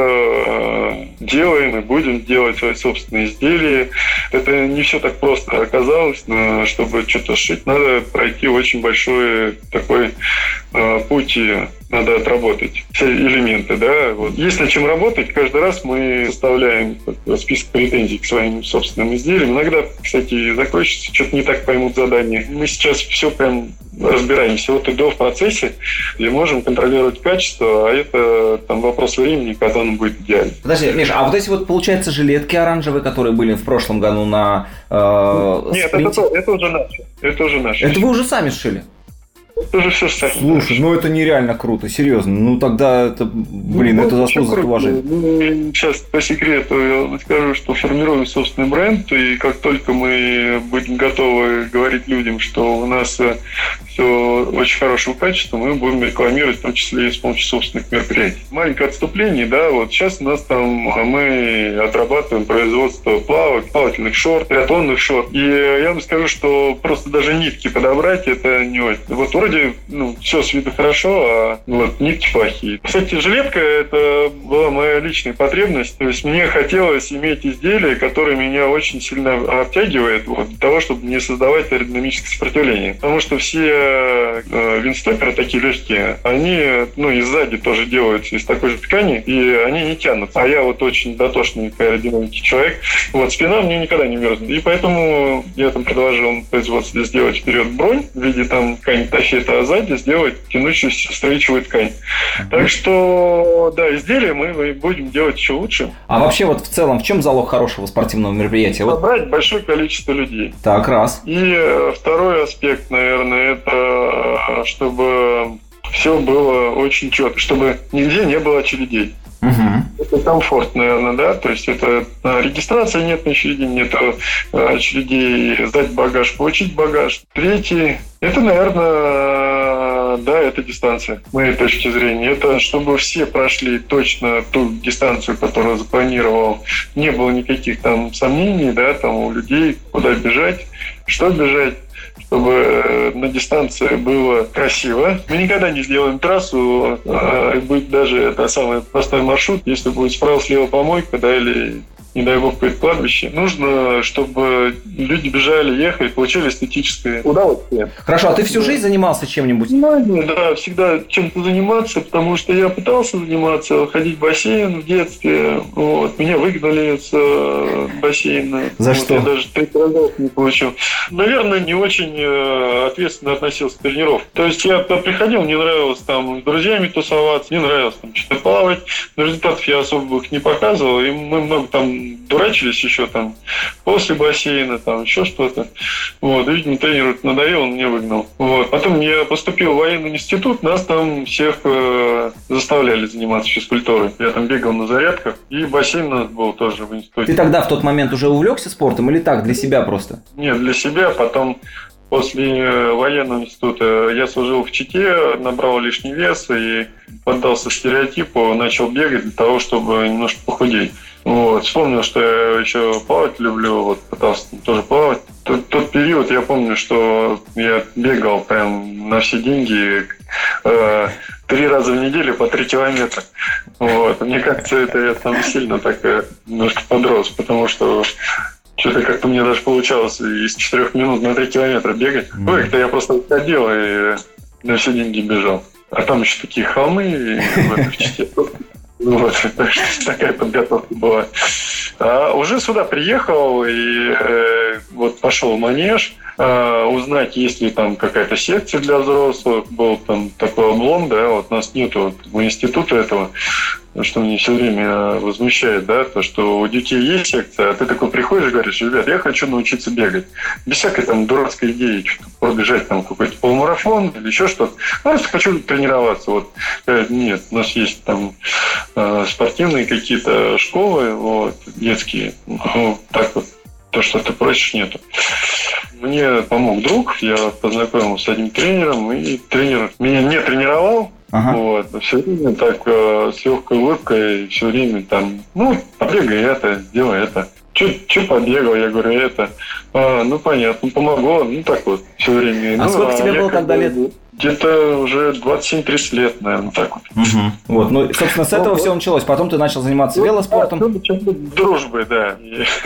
года делаем и будем делать свои собственные изделия. Это не все так просто оказалось, но чтобы что-то сшить, надо пройти очень большой такой путь, надо отработать все элементы, да. Вот. Есть над чем работать. Каждый раз мы составляем список претензий к своим собственным изделиям. Иногда, кстати, закройщицы что-то не так поймут задание. Мы сейчас все прям разбираем, всего от и до в процессе, и можем контролировать качество, а это там вопрос времени, когда он будет идеальный. Подожди, Миш, а вот эти вот, получается, жилетки оранжевые, которые были в прошлом году на э, Нет, это, это уже наши. Это уже наши. Это вы уже сами сшили? Это уже все сами. Слушай, ну это нереально круто, серьезно. Ну тогда это, блин, ну, это заслуживает уважения. Ну, сейчас по секрету я скажу, что формируем собственный бренд, и как только мы будем готовы говорить людям, что у нас все очень хорошего качества, мы будем рекламировать, в том числе и с помощью собственных мероприятий. Маленькое отступление, да, вот сейчас у нас там мы отрабатываем производство плавок, плавательных шорт, триатлонных шорт. И я вам скажу, что просто даже нитки подобрать это не очень. Вот вроде, ну, все с виду хорошо, а вот нитки плохие. Кстати, жилетка это была моя личная потребность. То есть мне хотелось иметь изделие, которое меня очень сильно обтягивает, вот, для того, чтобы не создавать аэродинамическое сопротивление. Потому что все э, виндстоперы такие легкие, они, ну, и сзади тоже делаются из такой же ткани, и они не тянут. А я вот очень дотошный к аэродинамике человек. Вот, спина мне никогда не мерзнет. И поэтому я там предложил производству сделать вперед бронь в виде там ткани тафета, а сзади сделать тянущуюся стрейчевую ткань. Uh-huh. Так что, да, изделия мы будем делать еще лучше. А вообще вот в целом, в чем залог хорошего спортивного мероприятия? Собрать вот... большое количество людей. Так, раз. И второй аспект, наверное, это чтобы все было очень четко, чтобы нигде не было очередей. Угу. Это комфорт, наверное, да, то есть это регистрация, нет очередей, нет очередей сдать багаж, получить багаж. Третий, это, наверное, да, это дистанция, с моей точки зрения. Это чтобы все прошли точно ту дистанцию, которую запланировал, не было никаких там сомнений, да, там у людей, куда бежать. что бежать, чтобы на дистанции было красиво. Мы никогда не сделаем трассу, а будет даже это самый простой маршрут, если будет справа-слева помойка, да, или, не дай бог, какое-то кладбище. Нужно, чтобы люди бежали, ехали, получали эстетическое удовольствие. Хорошо, а ты всю жизнь занимался чем-нибудь? Ну, да, всегда чем-то заниматься, потому что я пытался заниматься, ходить в бассейн в детстве. Вот. Меня выгнали с бассейна. За вот, что? Я даже третий раз не получил. Наверное, не очень ответственно относился к тренировке. То есть я приходил, мне нравилось там с друзьями тусоваться, мне нравилось там что-то плавать. Но результатов я особо их не показывал. И мы много там дурачились еще там после бассейна, там еще что-то. Вот, видимо, тренеру надоело, он меня выгнал. Вот. Потом я поступил в военный институт, нас там всех э, заставляли заниматься физкультурой. Я там бегал на зарядках, и бассейн у нас был тоже в институте. Ты тогда в тот момент уже увлекся спортом или так, для себя просто? Нет, для себя. Потом после военного института я служил в Чите, набрал лишний вес и поддался стереотипу, начал бегать для того, чтобы немножко похудеть. Вот. Вспомнил, что я еще плавать люблю, вот, пытался тоже плавать. Тот, тот период я помню, что я бегал прям на все деньги э, три раза в неделю по три километра. Вот. Мне кажется, это я там сильно так немножко подрос, потому что что-то как-то мне даже получалось из четырех минут на три километра бегать. Mm-hmm. Ну, как-то я просто ходил и на все деньги бежал. А там еще такие холмы в этой Чите. Вот, такая подготовка была. А уже сюда приехал и э, вот пошел в манеж, э, узнать, есть ли там какая-то секция для взрослых. Был там такой облом, да, вот у нас нету в институте этого, что меня все время возмущает, да, то, что у детей есть секция, а ты такой приходишь и говоришь: ребят, я хочу научиться бегать. Без всякой там дурацкой идеи, что-то пробежать там какой-то полумарафон или еще что-то. Просто хочу тренироваться. Вот. Нет, у нас есть там э, спортивные какие-то школы, вот, детские. Ну, так вот, то, что ты просишь, нету. Мне помог друг, я познакомился с одним тренером, и тренер меня не тренировал. Ага. Вот, все время так э, с легкой улыбкой, все время там, ну, побегай это, сделай это. Че побегал, я говорю, это. А, ну, понятно, помогло, ну, так вот, все время. А ну, сколько а тебе было тогда лет? Где-то уже двадцать семь тридцать лет, наверное, так вот. Угу. Вот, ну, собственно, с этого ну, все началось. Потом ты начал заниматься ну, велоспортом. Да, дружбой, да.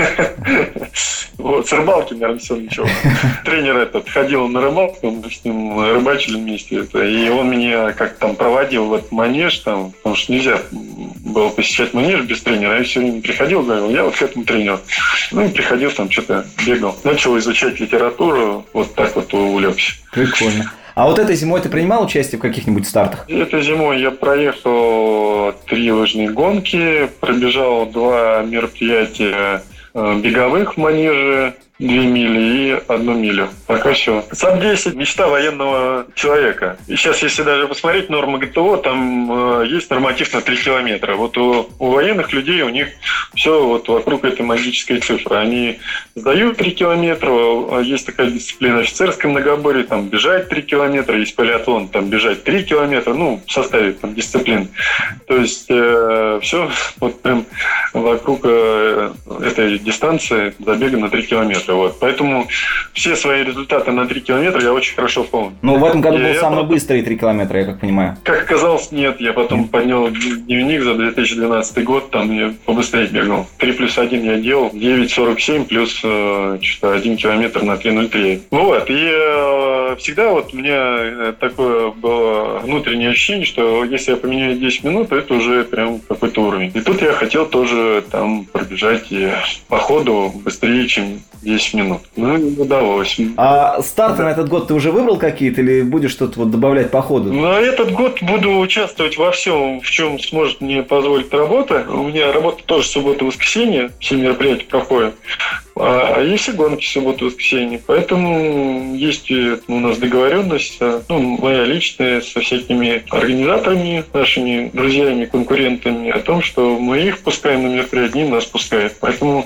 Вот, с рыбалки, наверное, все началось. Тренер этот ходил на рыбалку, мы с ним рыбачили вместе. И он меня как там проводил в этот манеж, там, потому что нельзя было посещать манеж без тренера. Я все время приходил, говорил, я вот к этому тренеру. Ну, и приходил, там что-то бегал. Начал изучать литературу, вот так вот увлекся. Прикольно. А вот этой зимой ты принимал участие в каких-нибудь стартах? Этой зимой я проехал три лыжные гонки, пробежал два мероприятия беговых в манеже, две мили и одну милю. Пока все. САП десять – мечта военного человека. И сейчас, если даже посмотреть нормы ГТО, там э, есть норматив на три километра. Вот у, у военных людей у них все вот вокруг этой магической цифры. Они сдают три километра, есть такая дисциплина офицерское многоборье, там бежать три километра, есть полиатлон, там бежать три километра, ну, в составе там дисциплин. То есть э, все вот прям вокруг э, этой дистанции забега на три километра. Вот. Поэтому все свои результаты на три километра я очень хорошо помню. Ну, в этом году был я самый потом... быстрый три километра, я как понимаю. Как оказалось, нет. Я потом нет. поднял дневник за две тысячи двенадцатый год, там я побыстрее бегал. три плюс один я делал, девять сорок семь плюс э, что-то один километр на три ноль три. Вот. И э, всегда вот у меня такое было внутреннее ощущение, что если я поменяю десять минут, то это уже прям какой-то уровень. И тут я хотел тоже там пробежать и по ходу быстрее, чем десять минут. Ну, не удалось. А старты на этот год ты уже выбрал какие-то или будешь что-то вот добавлять по ходу? На этот год буду участвовать во всем, в чем сможет мне позволить работа. У меня работа тоже суббота-воскресенье, все мероприятия проходят. А есть и гонки суббота-воскресенье. Поэтому есть у нас договоренность, ну, моя личная, со всякими организаторами, нашими друзьями, конкурентами, о том, что мы их пускаем на мероприятия, они нас пускают. Поэтому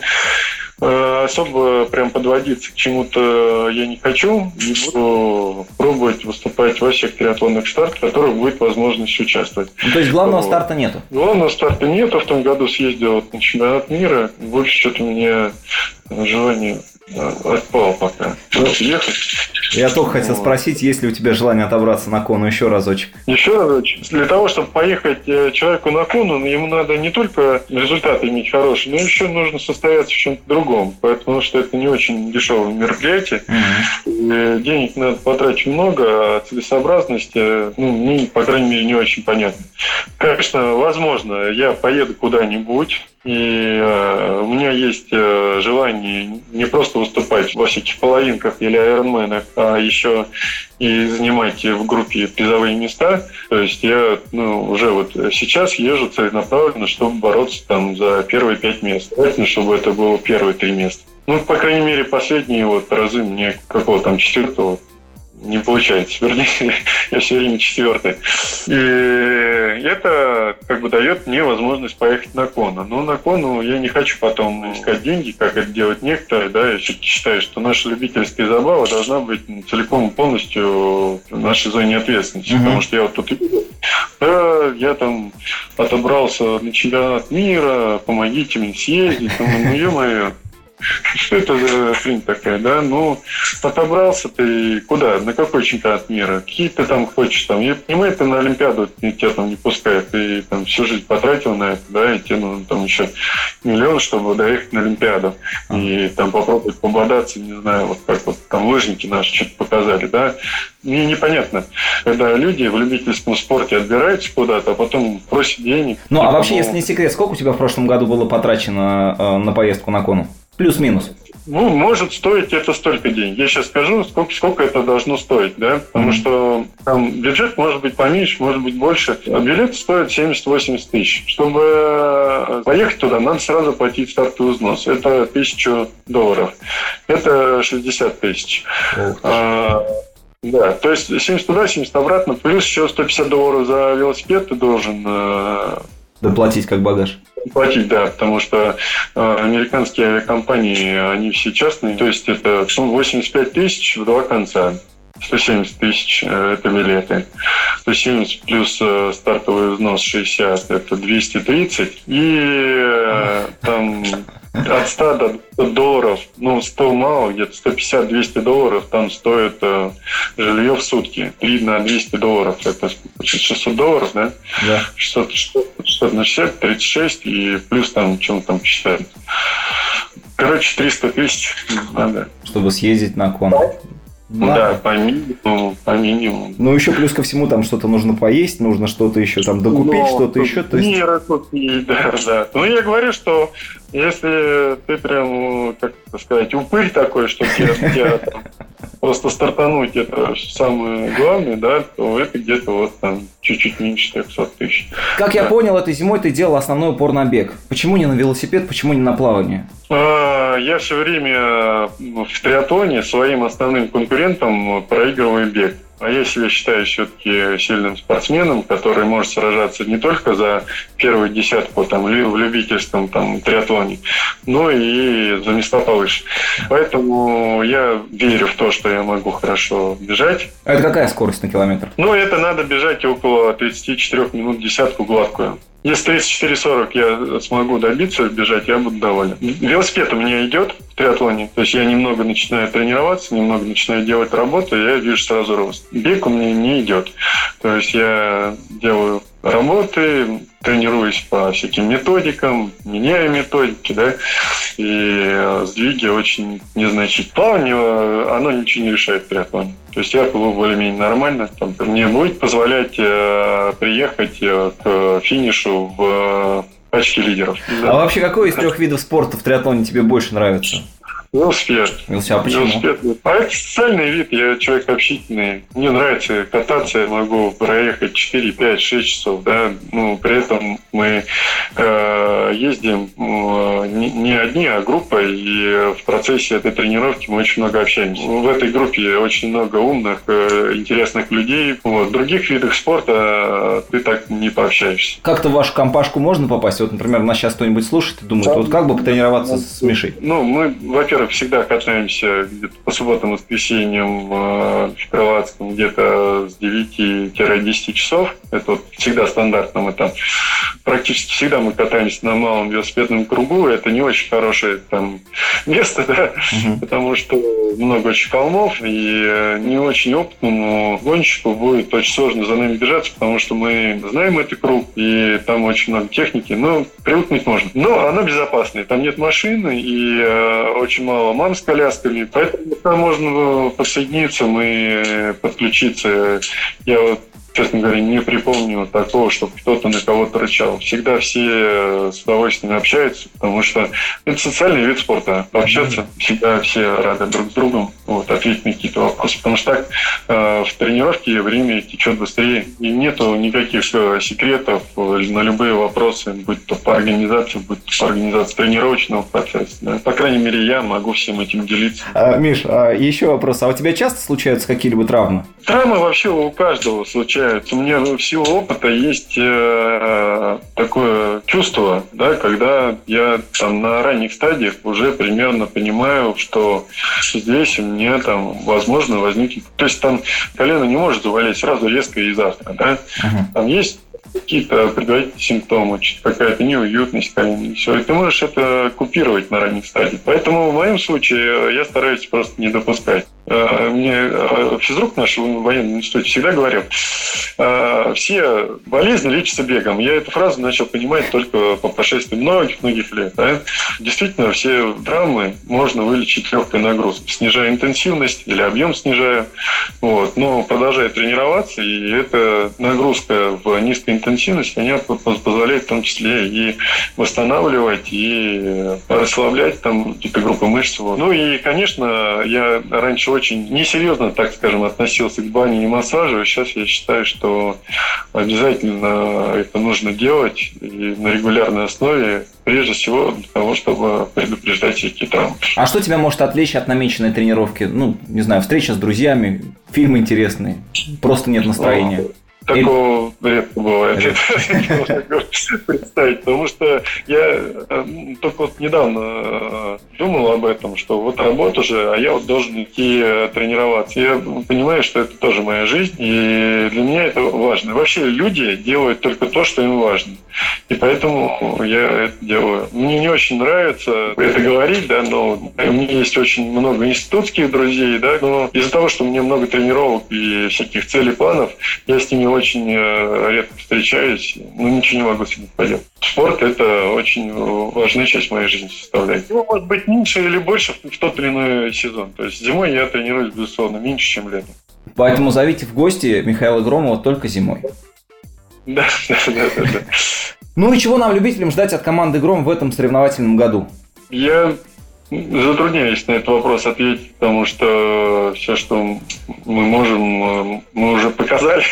особо прям подводиться к чему-то я не хочу. И буду пробовать выступать во всех триатлонных стартах, в которых будет возможность участвовать. Ну, то есть главного вот. старта нету? Главного старта нету. В том году съездил на чемпионат мира. Больше что-то у меня желания отпал пока. Ехать. Я только хотел спросить, есть ли у тебя желание отобраться на кону еще разочек? Еще разочек. Для того, чтобы поехать человеку на кону, ему надо не только результаты иметь хорошие, но еще нужно состояться в чем-то другом. Потому что это не очень дешевое мероприятие. Mm-hmm. Денег надо потратить много, а целесообразность, ну, мне, по крайней мере, не очень понятна. Конечно, возможно, я поеду куда-нибудь, и э, у меня есть э, желание не просто выступать во всяких половинках или айронменах, а еще и занимать в группе призовые места. То есть я ну, уже вот сейчас езжу целенаправленно, чтобы бороться там за первые пять мест. Желательно, чтобы это было первые три места. Ну, по крайней мере, последние вот разы мне какого там четвертого не получается. Вернее, я все время четвертый. И это как бы дает мне возможность поехать на кону. Но на кону я не хочу потом искать деньги, как это делают некоторые. Да, я считаю, что наша любительская забава должна быть целиком и полностью в нашей зоне ответственности. Mm-hmm. Потому что я вот тут да, я там отобрался на чемпионат мира, помогите мне съездить. Ну, ё-моё. Что это за хрень такая, да? Ну, отобрался ты куда? На какой чемпионат мира? Какие ты там хочешь? Там? Я понимаю, ты на Олимпиаду тебя там не пускают. Ты там всю жизнь потратил на это, да, и тебе нужно там еще миллион, чтобы доехать на Олимпиаду. И там попробовать пободаться, не знаю, вот как вот там лыжники наши что-то показали, да? Мне непонятно, когда люди в любительском спорте отбираются куда-то, а потом просят денег. Ну, а вообще, если не секрет, сколько у тебя в прошлом году было потрачено э, на поездку на кону? Плюс-минус. Ну, может стоить это столько денег. Я сейчас скажу, сколько, сколько это должно стоить, да? Потому mm-hmm. что там бюджет может быть поменьше, может быть больше. А билет стоит семьдесят-восемьдесят тысяч. Чтобы поехать туда, надо сразу платить стартовый взнос. Это тысячу долларов. Это шестьдесят тысяч. Mm-hmm. А, да, то есть семьдесят туда, семьдесят обратно. Плюс еще сто пятьдесят долларов за велосипед ты должен... Доплатить как багаж. Платить, да, потому что э, американские авиакомпании, они все частные, то есть это восемьдесят пять тысяч в два конца, сто семьдесят тысяч э, это билеты, сто семьдесят плюс э, стартовый взнос шестьдесят, это двести тридцать, и э, там от ста до долларов, ну сто мало, где-то сто пятьдесят - двести долларов там стоит э, жилье в сутки, три на двести долларов, это шестьсот долларов, да? Да. шестьсот, шестьсот на шестьдесят, тридцать шесть, и плюс там, чем там считают. Короче, триста тысяч надо. Чтобы съездить на кон. Ну, да, по минимуму, по минимуму. Ну, еще плюс ко всему, там что-то нужно поесть, нужно что-то еще там докупить, но что-то еще. То есть... Мира купить, да, да. Ну, я говорю, что если ты прям, как сказать, упырь такой, что тебя там просто стартануть, это самое главное, да, то это где-то вот там чуть-чуть меньше трехсот тысяч. Как я понял, этой зимой ты делал основной упор на бег. Почему не на велосипед, почему не на плавание? Я все время в триатлоне своим основным конкурентом проигрываю бег. А я себя считаю все-таки сильным спортсменом, который может сражаться не только за первую десятку там, в любительском там, триатлоне, но и за места повыше. Поэтому я верю в то, что я могу хорошо бежать. А это какая скорость на километр? Ну, это надо бежать около тридцать четыре минут десятку гладкую. Если тридцать четыре сорок я смогу добиться, бежать, я буду доволен. Велосипед у меня идет в триатлоне. То есть я немного начинаю тренироваться, немного начинаю делать работу, и я вижу сразу рост. Бег у меня не идет. То есть я делаю работы, тренируюсь по всяким методикам, меняю методики, да, и сдвиги очень незначительные. Плавание, оно ничего не решает в триатлоне. То есть я плыву более-менее нормально. Там, мне будет позволять э, приехать э, к финишу в пачке лидеров. А да. Вообще какой из трех видов спорта в триатлоне тебе больше нравится? Велосипед. Велосипед. А почему? Велосипед. А это социальный вид, я человек общительный. Мне нравится кататься, я могу проехать четыре, пять, шесть часов, да. Ну, при этом мы э, ездим э, не, не одни, а группа, и в процессе этой тренировки мы очень много общаемся. В этой группе очень много умных, э, интересных людей. Вот. В других видах спорта ты так не пообщаешься. Как-то в вашу компашку можно попасть? Вот, например, нас сейчас кто-нибудь слушает и думает, вот как бы потренироваться с Мишей? Ну, мы, во-первых, во-первых, всегда катаемся где-то по субботам, воскресеньям в Крылатском где-то с девяти-десяти часов. Это вот всегда стандартно. Мы там практически всегда мы катаемся на малом велосипедном кругу. Это не очень хорошее там место, да, угу. потому что много очень холмов, и не очень опытному гонщику будет очень сложно за нами бежаться, потому что мы знаем этот круг, и там очень много техники, но привыкнуть можно. Но она безопасная, там нет машины, и э, очень мало мам с колясками, поэтому там можно подсоединиться, мы подключиться. Я вот, честно говоря, не припомню такого, чтобы кто-то на кого-то рычал. Всегда все с удовольствием общаются, потому что это социальный вид спорта. Пообщаться всегда все рады друг с другом, вот, ответить на какие-то вопросы. Потому что так э, в тренировке время течет быстрее. И нету никаких секретов на любые вопросы, будь то по организации, будь то по организации тренировочного процесса. Да. По крайней мере, я могу всем этим делиться. А, Миш, а еще вопрос. А у тебя часто случаются какие-либо травмы? Травмы вообще у каждого случаются. У меня в силу опыта есть э, такое чувство, да, когда я там на ранних стадиях уже примерно понимаю, что здесь у меня там возможно возникнет... То есть там колено не может заболеть сразу резко и завтра, да? Uh-huh. Там есть какие-то предварительные симптомы, какая-то неуютность колена, и все. И ты можешь это купировать на ранних стадиях. Поэтому в моем случае я стараюсь просто не допускать. Мне физрук наш в военном институте всегда говорил, все болезни лечатся бегом. Я эту фразу начал понимать только по прошествии многих-многих лет. Да? Действительно, все травмы можно вылечить легкой нагрузкой, снижая интенсивность или объем снижая. Вот. Но продолжая тренироваться, и эта нагрузка в низкой интенсивности, она позволяет в том числе и восстанавливать, и расслаблять там какие-то группы мышц. Вот. Ну и, конечно, я раньше очень несерьезно, так скажем, относился к бане и массажу. Сейчас я считаю, что обязательно это нужно делать и на регулярной основе, прежде всего для того, чтобы предупреждать всякие травмы. А что тебя может отвлечь от намеченной тренировки? Ну, не знаю, встреча с друзьями, фильмы интересные, просто нет настроения. Такого Или... редко бывает. Это представить, потому что я только вот недавно думал об этом, что вот работа же, а я вот должен идти тренироваться. Я понимаю, что это тоже моя жизнь, и для меня это важно. Вообще люди делают только то, что им важно. И поэтому я это делаю. Мне не очень нравится это говорить, да, но у меня есть очень много институтских друзей, да, но из-за того, что у меня много тренировок и всяких целей, планов, я с ними очень редко встречаюсь, но ничего не могу с этим поделать. Спорт – это очень важная часть моей жизни составляет. Его может быть меньше или больше в тот или иной сезон. То есть зимой я тренируюсь, безусловно, меньше, чем летом. Поэтому зовите в гости Михаила Громова только зимой. Да, да, да, да. Ну и чего нам, любителям, ждать от команды «Гром» в этом соревновательном году? Я затрудняюсь на этот вопрос ответить, потому что все, что мы можем, мы уже показали.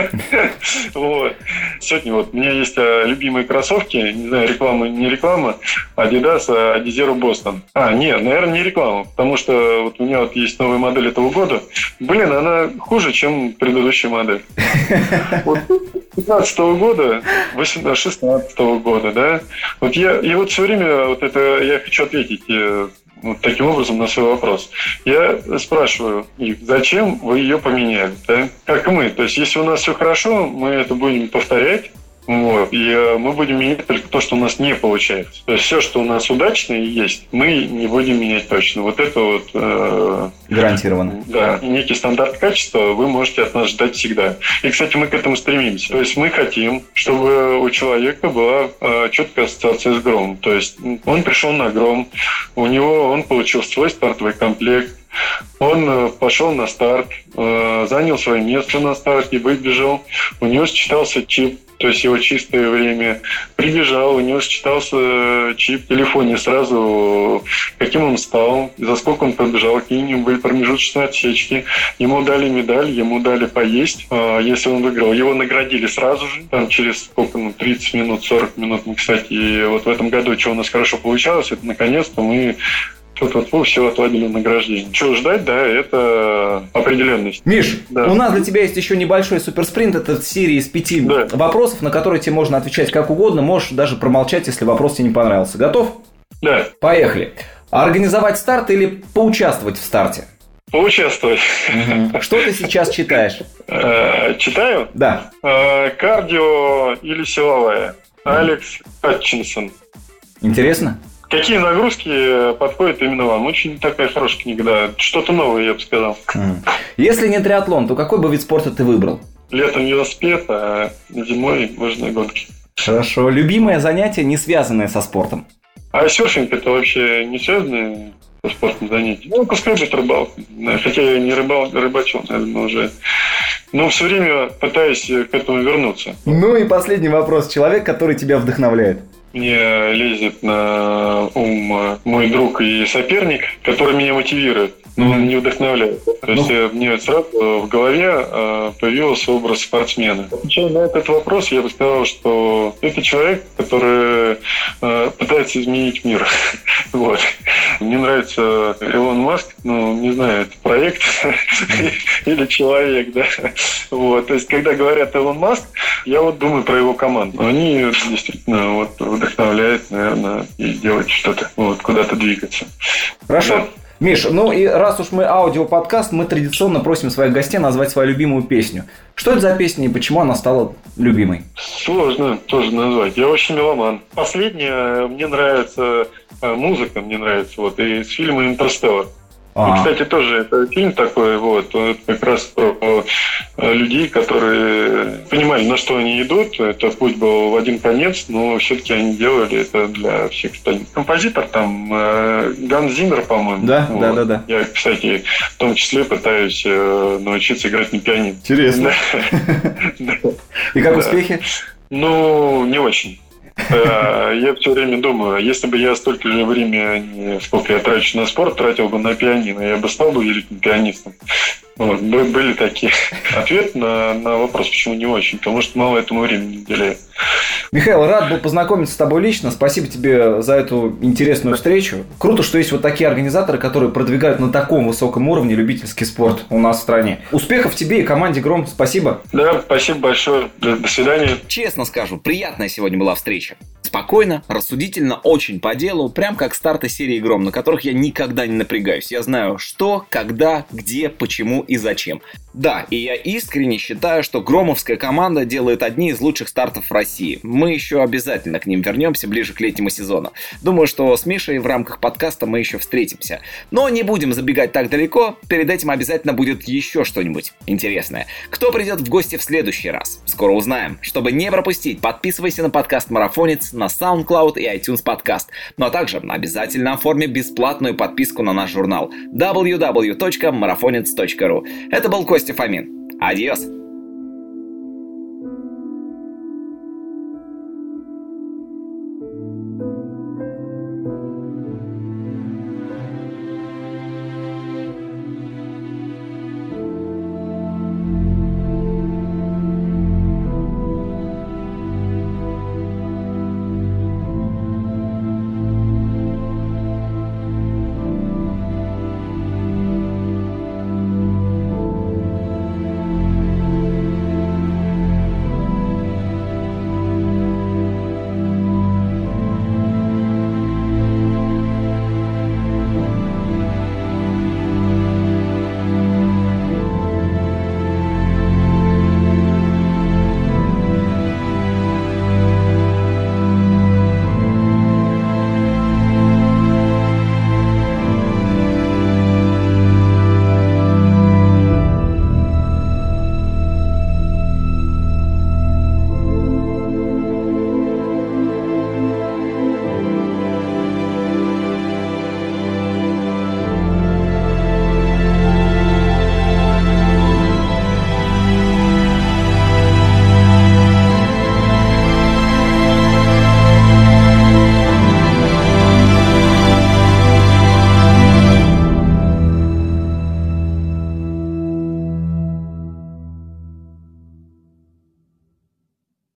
Вот. Сегодня вот у меня есть любимые кроссовки, не знаю, реклама, не реклама, Adidas Adizero Boston. А, нет, наверное, не реклама, потому что вот у меня вот есть новая модель этого года. Блин, она хуже, чем предыдущая модель. Вот пятнадцатого года, шестнадцатого года, да. Вот я, и вот все время вот это я хочу ответить вот таким образом на свой вопрос. Я спрашиваю их, зачем вы ее поменяли, да? Как и мы. То есть, если у нас все хорошо, мы это будем повторять. Вот, и мы будем менять только то, что у нас не получается. То есть все, что у нас удачно и есть, мы не будем менять точно. Вот это вот... Э, гарантированно. Да, и некий стандарт качества вы можете от нас ждать всегда. И, кстати, мы к этому стремимся. То есть мы хотим, чтобы у человека была э, четкая ассоциация с Громом. То есть он пришел на Гром, у него он получил свой стартовый комплект, он пошел на старт, э, занял свое место на старте, выбежал, у него считался чип, то есть его чистое время, прибежал, у него считался чип в телефоне сразу, каким он стал, за сколько он пробежал, какие у него были промежуточные отсечки. Ему дали медаль, ему дали поесть, если он выиграл. Его наградили сразу же, там через сколько, ну, тридцать минут, сорок минут. Мы, кстати, и вот в этом году, что у нас хорошо получалось, это наконец-то мы тут вот мы все отладили награждение. Чего ждать, да, это определенность. Миш, да. У нас для тебя есть еще небольшой суперспринт. Это серия из пяти да. вопросов, на которые тебе можно отвечать как угодно. Можешь даже промолчать, если вопрос тебе не понравился. Готов? Да. Поехали. А организовать старт или поучаствовать в старте? Поучаствовать. Угу. Что ты сейчас читаешь? Читаю? Да. Кардио или силовая. Алекс Хатчинсон. Интересно? Какие нагрузки подходят именно вам? Очень такая хорошая книга, да. Что-то новое, я бы сказал. Если не триатлон, то какой бы вид спорта ты выбрал? Летом велосипед, а зимой лыжные гонки. Хорошо. Любимое занятие, не связанное со спортом? А серфинг это вообще не связано со спортом занятием? Ну, пускай будет рыбалка. Хотя я не рыбал, рыбачил, наверное, уже. Но все время пытаюсь к этому вернуться. Ну и последний вопрос. Человек, который тебя вдохновляет? Мне лезет на ум мой друг и соперник, который меня мотивирует, но он не вдохновляет. То есть ну... мне сразу в голове появился образ спортсмена. Отвечая на этот вопрос, я бы сказал, что это человек, который пытается изменить мир. Вот. Мне нравится Илон Маск, ну, не знаю, это проект или человек, да. Вот. То есть, когда говорят Илон Маск, я вот думаю про его команду. Они действительно вот вдохновляют, наверное, и делать что-то, вот, куда-то двигаться. Хорошо. Да. Миш, ну и раз уж мы аудиоподкаст, мы традиционно просим своих гостей назвать свою любимую песню. Что это за песня и почему она стала любимой? Сложно тоже назвать. Я очень меломан. Последнее, мне нравится музыка, мне нравится, вот, и из фильма «Интерстеллар». И, кстати, тоже это фильм такой, вот, как раз про людей, которые понимали, на что они идут. Это путь был в один конец, но все-таки они делали это для всех остальных. Композитор там Ганс Зиммер, по-моему. Да, вот. да, да, да. Я, кстати, в том числе пытаюсь научиться играть на пианино. Интересно. И как успехи? Ну, не очень. Я все время думаю, если бы я столько же времени, сколько я трачу на спорт, тратил бы на пианино, я бы стал бы великим пианистом. Вот, были такие. Ответ на, на вопрос, почему не очень, потому что мало этому времени уделяю. Михаил, рад был познакомиться с тобой лично. Спасибо тебе за эту интересную встречу. Круто, что есть вот такие организаторы, которые продвигают на таком высоком уровне любительский спорт у нас в стране. Успехов тебе и команде «Гром». Спасибо. Да, спасибо большое. До, до свидания. Честно скажу, приятная сегодня была встреча. Спокойно, рассудительно, очень по делу, прям как старты серии «Гром», на которых я никогда не напрягаюсь. Я знаю, что, когда, где, почему и зачем. Да, и я искренне считаю, что громовская команда делает одни из лучших стартов в России. Мы еще обязательно к ним вернемся ближе к летнему сезону. Думаю, что с Мишей в рамках подкаста мы еще встретимся. Но не будем забегать так далеко, перед этим обязательно будет еще что-нибудь интересное. Кто придет в гости в следующий раз? Скоро узнаем. Чтобы не пропустить, подписывайся на подкаст «Марафонец» на SoundCloud и iTunes Podcast. Ну а также обязательно оформи бесплатную подписку на наш журнал дабл ю дабл ю дабл ю точка марафонец точка ру. Это был Костя Фомин. Адьос!